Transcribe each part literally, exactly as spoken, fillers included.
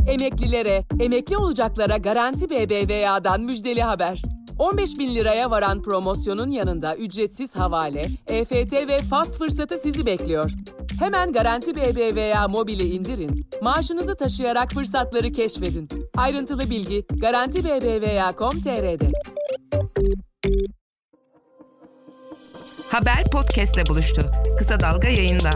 Emeklilere, emekli olacaklara Garanti B B V A'dan müjdeli haber. on beş bin liraya varan promosyonun yanında ücretsiz havale, E F T ve fast fırsatı sizi bekliyor. Hemen Garanti B B V A mobili indirin, maaşınızı taşıyarak fırsatları keşfedin. Ayrıntılı bilgi garanti b b v a nokta com nokta t r'de. Haber podcast'le buluştu. Kısa Dalga yayında.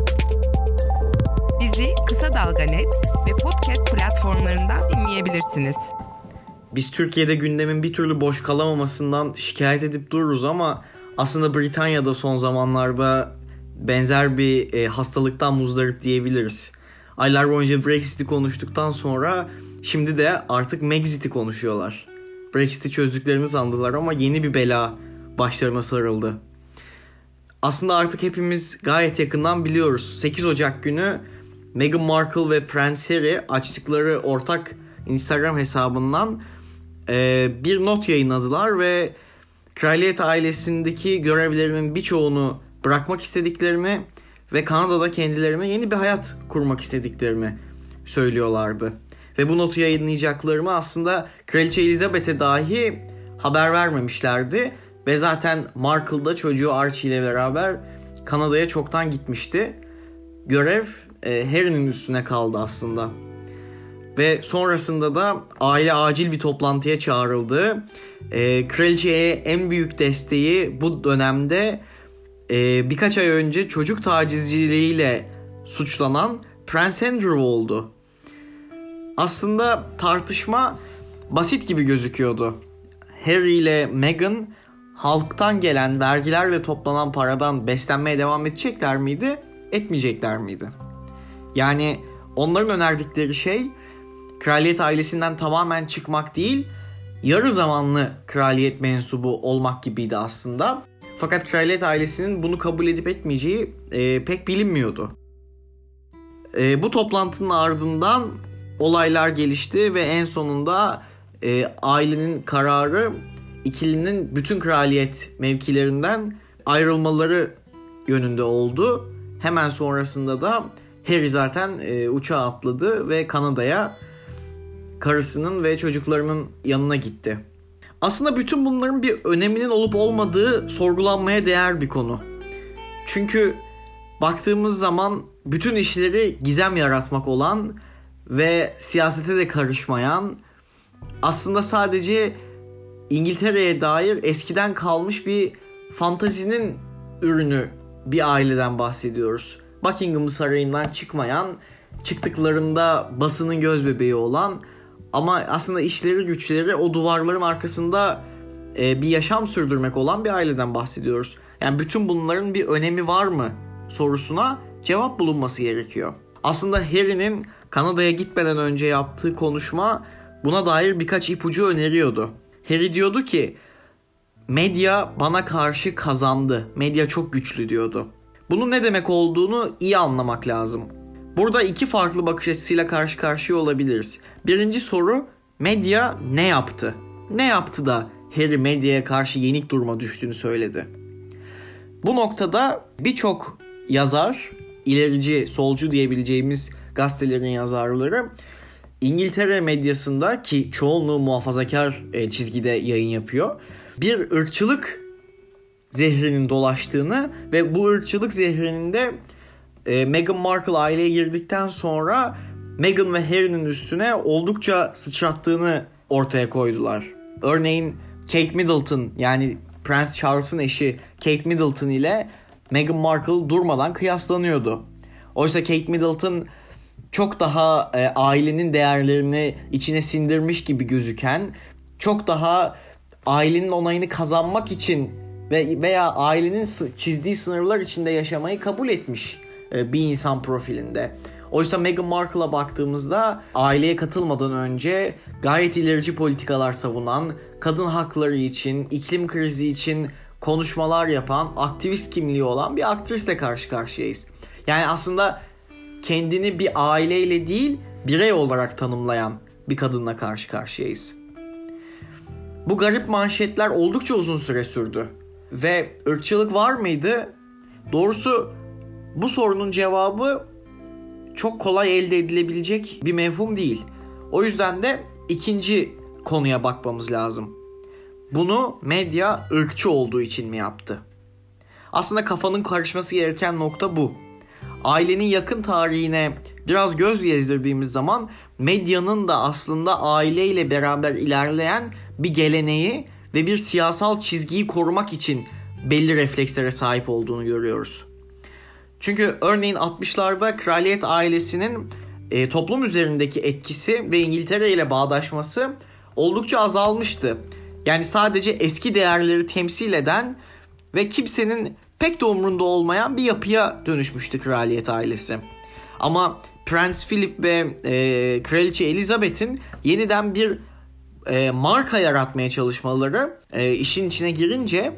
Bizi Kısa Dalga nokta net ve podcast platformlarından dinleyebilirsiniz. Biz Türkiye'de gündemin bir türlü boş kalamamasından şikayet edip dururuz ama aslında Britanya'da son zamanlarda benzer bir e, hastalıktan muzdarip diyebiliriz. Aylar boyunca Brexit'i konuştuktan sonra şimdi de artık Megxit'i konuşuyorlar. Brexit'i çözdüklerini sandılar ama yeni bir bela başlarına sarıldı. Aslında artık hepimiz gayet yakından biliyoruz. sekiz Ocak günü Meghan Markle ve Prens Harry açtıkları ortak Instagram hesabından e, bir not yayınladılar ve kraliyet ailesindeki görevlerinin birçoğunu bırakmak istediklerini ve Kanada'da kendilerine yeni bir hayat kurmak istediklerini söylüyorlardı. Ve bu notu yayınlayacaklarını aslında Kraliçe Elizabeth'e dahi haber vermemişlerdi. Ve zaten Markle da çocuğu Archie ile beraber Kanada'ya çoktan gitmişti. Görev e, Harry'nin üstüne kaldı aslında. Ve sonrasında da aile acil bir toplantıya çağrıldı. E, Kraliçeye en büyük desteği bu dönemde e, birkaç ay önce çocuk tacizciliğiyle suçlanan Prince Andrew oldu. Aslında tartışma basit gibi gözüküyordu. Harry ile Meghan halktan gelen vergilerle toplanan paradan beslenmeye devam edecekler miydi, etmeyecekler miydi? Yani onların önerdikleri şey kraliyet ailesinden tamamen çıkmak değil, yarı zamanlı kraliyet mensubu olmak gibiydi aslında. Fakat kraliyet ailesinin bunu kabul edip etmeyeceği e, pek bilinmiyordu. E, bu toplantının ardından olaylar gelişti ve en sonunda e, ailenin kararı ikilinin bütün kraliyet mevkilerinden ayrılmaları yönünde oldu. Hemen sonrasında da Harry zaten e, uçağa atladı ve Kanada'ya karısının ve çocuklarının yanına gitti. Aslında bütün bunların bir öneminin olup olmadığı sorgulanmaya değer bir konu. Çünkü baktığımız zaman bütün işleri gizem yaratmak olan ve siyasete de karışmayan, aslında sadece İngiltere'ye dair eskiden kalmış bir fantazinin ürünü bir aileden bahsediyoruz. Buckingham Sarayı'ndan çıkmayan, çıktıklarında basının gözbebeği olan ama aslında işleri güçleri o duvarların arkasında e, bir yaşam sürdürmek olan bir aileden bahsediyoruz. Yani bütün bunların bir önemi var mı sorusuna cevap bulunması gerekiyor. Aslında Harry'nin Kanada'ya gitmeden önce yaptığı konuşma buna dair birkaç ipucu öneriyordu. Harry diyordu ki medya bana karşı kazandı. Medya çok güçlü diyordu. Bunun ne demek olduğunu iyi anlamak lazım. Burada iki farklı bakış açısıyla karşı karşıya olabiliriz. Birinci soru, medya ne yaptı? Ne yaptı da Harry medyaya karşı yenik duruma düştüğünü söyledi? Bu noktada birçok yazar, ilerici, solcu diyebileceğimiz gazetelerin yazarları İngiltere medyasında, ki çoğunluğu muhafazakar çizgide yayın yapıyor, bir ırkçılık zehrinin dolaştığını ve bu ırkçılık zehrinin de e, Meghan Markle aileye girdikten sonra Meghan ve Harry'nin üstüne oldukça sıçrattığını ortaya koydular. Örneğin Kate Middleton, yani Prens Charles'ın eşi Kate Middleton ile Meghan Markle durmadan kıyaslanıyordu. Oysa Kate Middleton çok daha e, ailenin değerlerini içine sindirmiş gibi gözüken, çok daha ailenin onayını kazanmak için ve veya ailenin çizdiği sınırlar içinde yaşamayı kabul etmiş e, bir insan profilinde. Oysa Meghan Markle'a baktığımızda aileye katılmadan önce gayet ilerici politikalar savunan, kadın hakları için, iklim krizi için konuşmalar yapan, aktivist kimliği olan bir aktrisle karşı karşıyayız. Yani aslında kendini bir aileyle değil, birey olarak tanımlayan bir kadınla karşı karşıyayız. Bu garip manşetler oldukça uzun süre sürdü. Ve ırkçılık var mıydı? Doğrusu bu sorunun cevabı çok kolay elde edilebilecek bir mefhum değil. O yüzden de ikinci konuya bakmamız lazım. Bunu medya ırkçı olduğu için mi yaptı? Aslında kafanın karışması gereken nokta bu. Ailenin yakın tarihine biraz göz gezdirdiğimiz zaman medyanın da aslında aileyle beraber ilerleyen bir geleneği ve bir siyasal çizgiyi korumak için belli reflekslere sahip olduğunu görüyoruz. Çünkü örneğin altmışlarda kraliyet ailesinin e, toplum üzerindeki etkisi ve İngiltere ile bağdaşması oldukça azalmıştı. Yani sadece eski değerleri temsil eden ve kimsenin pek de umrunda olmayan bir yapıya dönüşmüştü kraliyet ailesi. Ama Prens Philip ve e, Kraliçe Elizabeth'in yeniden bir e, marka yaratmaya çalışmaları e, işin içine girince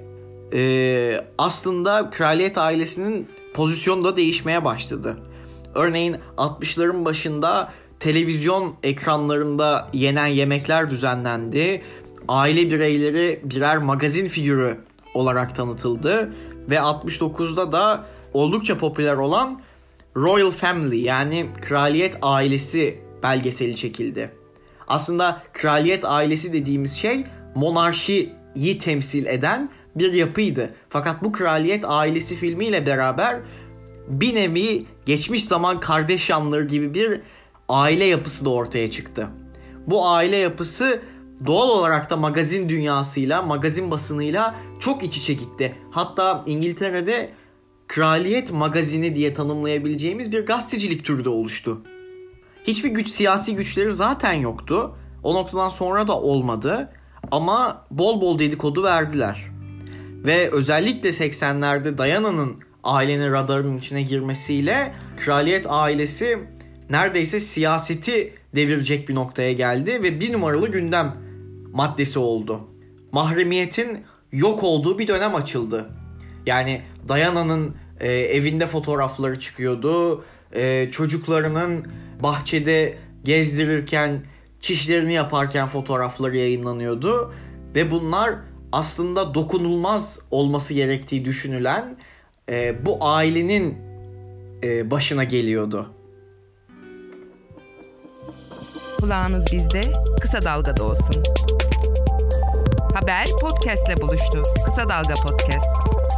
e, aslında kraliyet ailesinin pozisyonu da değişmeye başladı. Örneğin altmışların başında televizyon ekranlarında yenen yemekler düzenlendi. Aile bireyleri birer magazin figürü olarak tanıtıldı ve altmış dokuzda da oldukça popüler olan Royal Family yani kraliyet ailesi belgeseli çekildi. Aslında kraliyet ailesi dediğimiz şey monarşiyi temsil eden bir yapıydı. Fakat bu kraliyet ailesi filmiyle beraber bir nevi geçmiş zaman Kardashianları gibi bir aile yapısı da ortaya çıktı. Bu aile yapısı doğal olarak da magazin dünyasıyla, magazin basınıyla çok iç içe gitti. Hatta İngiltere'de kraliyet magazini diye tanımlayabileceğimiz bir gazetecilik türü de oluştu. Hiçbir güç, siyasi güçleri zaten yoktu. O noktadan sonra da olmadı. Ama bol bol dedikodu verdiler. Ve özellikle seksenlerde Diana'nın ailenin radarının içine girmesiyle kraliyet ailesi neredeyse siyaseti devirecek bir noktaya geldi ve bir numaralı gündem maddesi oldu. Mahremiyetin yok olduğu bir dönem açıldı. Yani Diana'nın e, evinde fotoğrafları çıkıyordu. E, çocuklarının bahçede gezdirirken, çişlerini yaparken fotoğrafları yayınlanıyordu. Ve bunlar aslında dokunulmaz olması gerektiği düşünülen e, bu ailenin e, başına geliyordu. Kulağınız bizde, Kısa Dalga'da olsun. Haber podcast'le buluştu. Kısa Dalga Podcast.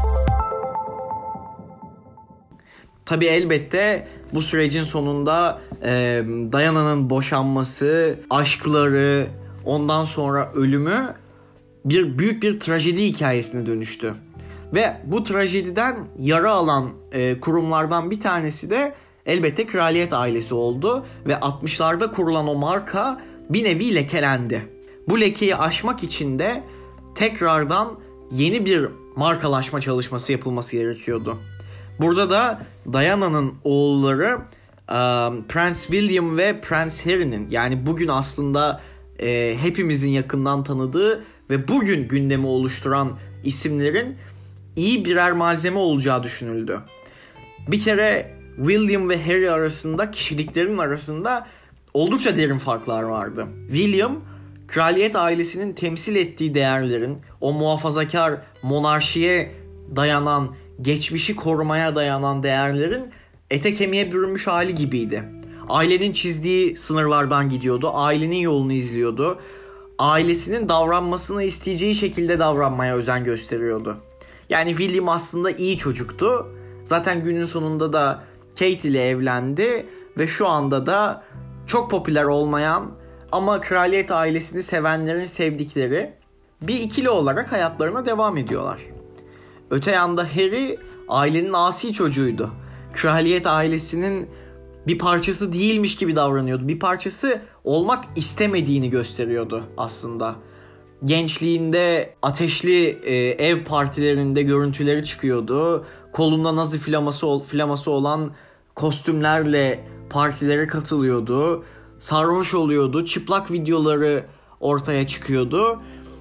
Tabii elbette bu sürecin sonunda e, Diana'nın boşanması, aşkları, ondan sonra ölümü bir büyük bir trajedi hikayesine dönüştü. Ve bu trajediden yara alan e, kurumlardan bir tanesi de elbette kraliyet ailesi oldu ve altmışlarda kurulan o marka bir nevi lekelendi. Bu lekeyi aşmak için de tekrardan yeni bir markalaşma çalışması yapılması gerekiyordu. Burada da Diana'nın oğulları Prens William ve Prens Harry'nin, yani bugün aslında e, hepimizin yakından tanıdığı ve bugün gündemi oluşturan isimlerin iyi birer malzeme olacağı düşünüldü. Bir kere William ve Harry arasında, kişiliklerin arasında oldukça derin farklar vardı. William, kraliyet ailesinin temsil ettiği değerlerin, o muhafazakar monarşiye dayanan, geçmişi korumaya dayanan değerlerin ete kemiğe bürünmüş hali gibiydi. Ailenin çizdiği sınırlardan gidiyordu, ailenin yolunu izliyordu. Ailesinin davranmasını isteyeceği şekilde davranmaya özen gösteriyordu. Yani William aslında iyi çocuktu. Zaten günün sonunda da Kate ile evlendi ve şu anda da çok popüler olmayan ama kraliyet ailesini sevenlerin sevdikleri bir ikili olarak hayatlarına devam ediyorlar. Öte yanda Harry ailenin asi çocuğuydu. Kraliyet ailesinin bir parçası değilmiş gibi davranıyordu. Bir parçası olmak istemediğini gösteriyordu aslında. Gençliğinde ateşli e, ev partilerinde görüntüleri çıkıyordu. Kolunda Nazi flaması, flaması olan kostümlerle partilere katılıyordu. Sarhoş oluyordu. Çıplak videoları ortaya çıkıyordu.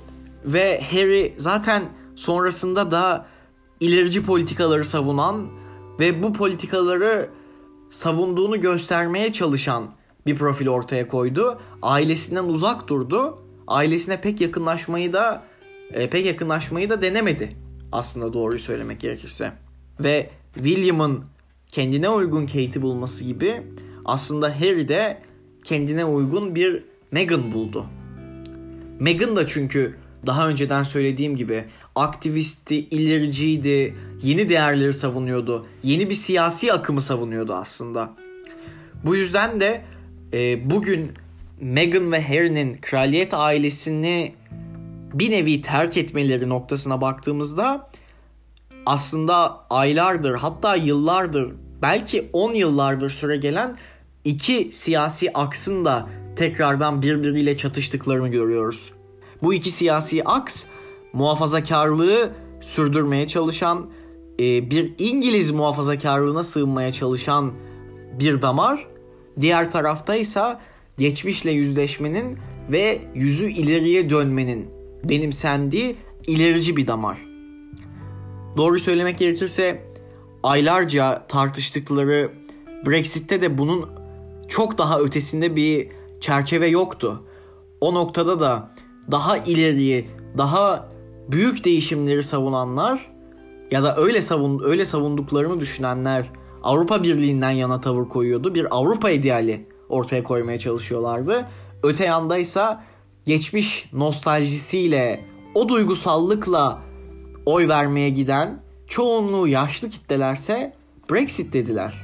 Ve Harry zaten sonrasında da ilerici politikaları savunan ve bu politikaları savunduğunu göstermeye çalışan bir profil ortaya koydu. Ailesinden uzak durdu. Ailesine pek yakınlaşmayı da e, pek yakınlaşmayı da denemedi. Aslında doğruyu söylemek gerekirse. Ve William'ın kendine uygun Kate'i bulması gibi aslında Harry de kendine uygun bir Meghan buldu. Meghan da çünkü daha önceden söylediğim gibi aktivisti, ilericiydi, yeni değerleri savunuyordu. Yeni bir siyasi akımı savunuyordu aslında. Bu yüzden de e, bugün Meghan ve Harry'nin kraliyet ailesini bir nevi terk etmeleri noktasına baktığımızda aslında aylardır, hatta yıllardır, belki on yıllardır süre gelen iki siyasi aksın da tekrardan birbiriyle çatıştıklarını görüyoruz. Bu iki siyasi aks muhafazakarlığı sürdürmeye çalışan, bir İngiliz muhafazakarlığına sığınmaya çalışan bir damar. Diğer tarafta ise geçmişle yüzleşmenin ve yüzü ileriye dönmenin benimsendiği ilerici bir damar. Doğru söylemek gerekirse aylarca tartıştıkları Brexit'te de bunun çok daha ötesinde bir çerçeve yoktu. O noktada da daha ileriyi, daha büyük değişimleri savunanlar ya da öyle savun öyle savunduklarını düşünenler Avrupa Birliği'nden yana tavır koyuyordu. Bir Avrupa ideali ortaya koymaya çalışıyorlardı. Öte yandaysa geçmiş nostaljisiyle, o duygusallıkla oy vermeye giden çoğunluğu yaşlı kitlelerse Brexit dediler.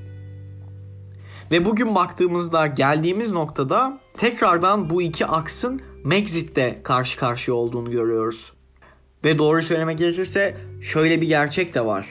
Ve bugün baktığımızda geldiğimiz noktada tekrardan bu iki aksın Megxit'te karşı karşıya olduğunu görüyoruz. Ve doğru söylemek gerekirse şöyle bir gerçek de var.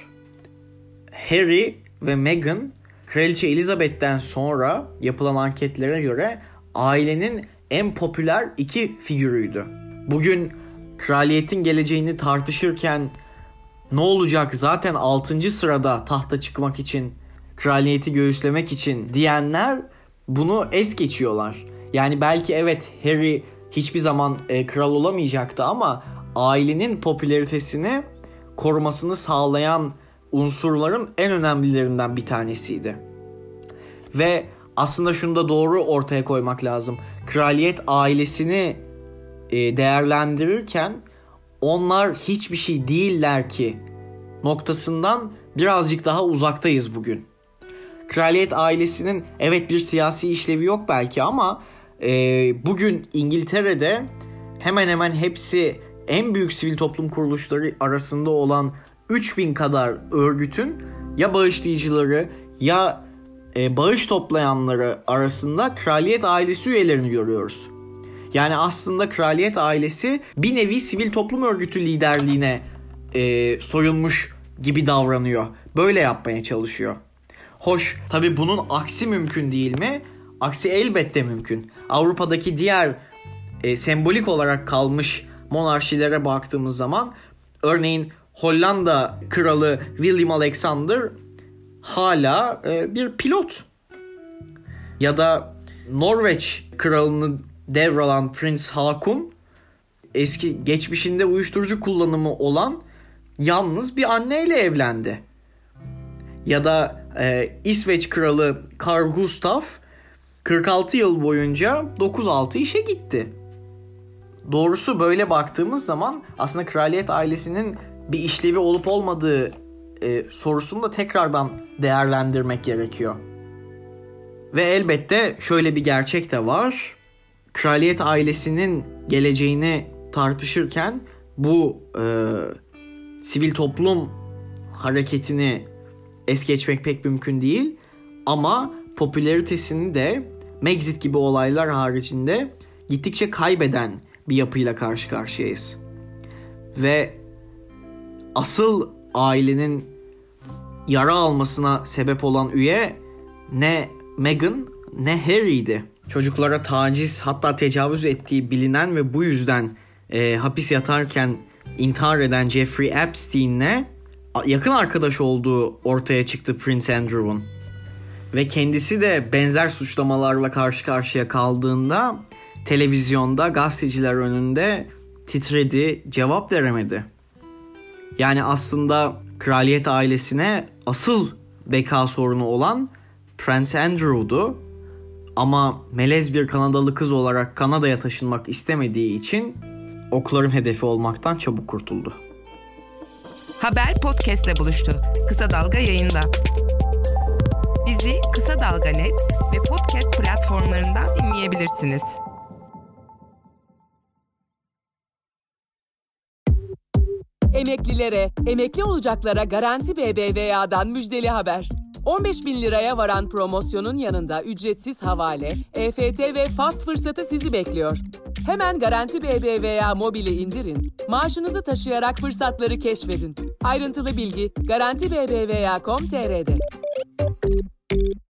Harry ve Meghan, Kraliçe Elizabeth'ten sonra yapılan anketlere göre ailenin en popüler iki figürüydü. Bugün kraliyetin geleceğini tartışırken ne olacak, zaten altıncı sırada tahta çıkmak için, kraliyeti göğüslemek için diyenler bunu es geçiyorlar. Yani belki evet Harry hiçbir zaman e, kral olamayacaktı ama ailenin popülaritesini korumasını sağlayan unsurların en önemlilerinden bir tanesiydi. Ve aslında şunu da doğru ortaya koymak lazım. Kraliyet ailesini e, değerlendirirken onlar hiçbir şey değiller ki noktasından birazcık daha uzaktayız bugün. Kraliyet ailesinin evet bir siyasi işlevi yok belki ama e, bugün İngiltere'de hemen hemen hepsi en büyük sivil toplum kuruluşları arasında olan üç bin kadar örgütün ya bağışlayıcıları ya e, bağış toplayanları arasında kraliyet ailesi üyelerini görüyoruz. Yani aslında kraliyet ailesi bir nevi sivil toplum örgütü liderliğine e, soyulmuş gibi davranıyor. Böyle yapmaya çalışıyor. Hoş, tabii bunun aksi mümkün değil mi? Aksi elbette mümkün. Avrupa'daki diğer e, sembolik olarak kalmış monarşilere baktığımız zaman örneğin Hollanda kralı Willem Alexander hala e, bir pilot. Ya da Norveç kralını devralan Prens Haakon eski geçmişinde uyuşturucu kullanımı olan yalnız bir anneyle evlendi. Ya da e, İsveç kralı Carl Gustaf kırk altı yıl boyunca dokuz altı işe gitti. Doğrusu böyle baktığımız zaman aslında kraliyet ailesinin bir işlevi olup olmadığı e, sorusunu da tekrardan değerlendirmek gerekiyor. Ve elbette şöyle bir gerçek de var. Kraliyet ailesinin geleceğini tartışırken bu e, sivil toplum hareketini es geçmek pek mümkün değil. Ama popülaritesini de Megxit gibi olaylar haricinde gittikçe kaybeden bir yapıyla karşı karşıyayız. Ve asıl ailenin yara almasına sebep olan üye ne Meghan ne Harry'di. Çocuklara taciz hatta tecavüz ettiği bilinen ve bu yüzden e, hapis yatarken intihar eden Jeffrey Epstein'le yakın arkadaş olduğu ortaya çıktı Prince Andrew'un. Ve kendisi de benzer suçlamalarla karşı karşıya kaldığında televizyonda gazeteciler önünde titredi, cevap veremedi. Yani aslında kraliyet ailesine asıl beka sorunu olan Prince Andrew'du. Ama melez bir Kanadalı kız olarak Kanada'ya taşınmak istemediği için okların hedefi olmaktan çabuk kurtuldu. Haber podcast'le buluştu. Kısa Dalga yayında. Bizi Kısa Dalga Net ve Podcast Platformu platformlarından dinleyebilirsiniz. Emeklilere, emekli olacaklara Garanti B B V A'dan müjdeli haber. on beş bin liraya varan promosyonun yanında ücretsiz havale, E F T ve fast fırsatı sizi bekliyor. Hemen Garanti B B V A mobili indirin, maaşınızı taşıyarak fırsatları keşfedin. Ayrıntılı bilgi garanti b b v a nokta com nokta t r'de.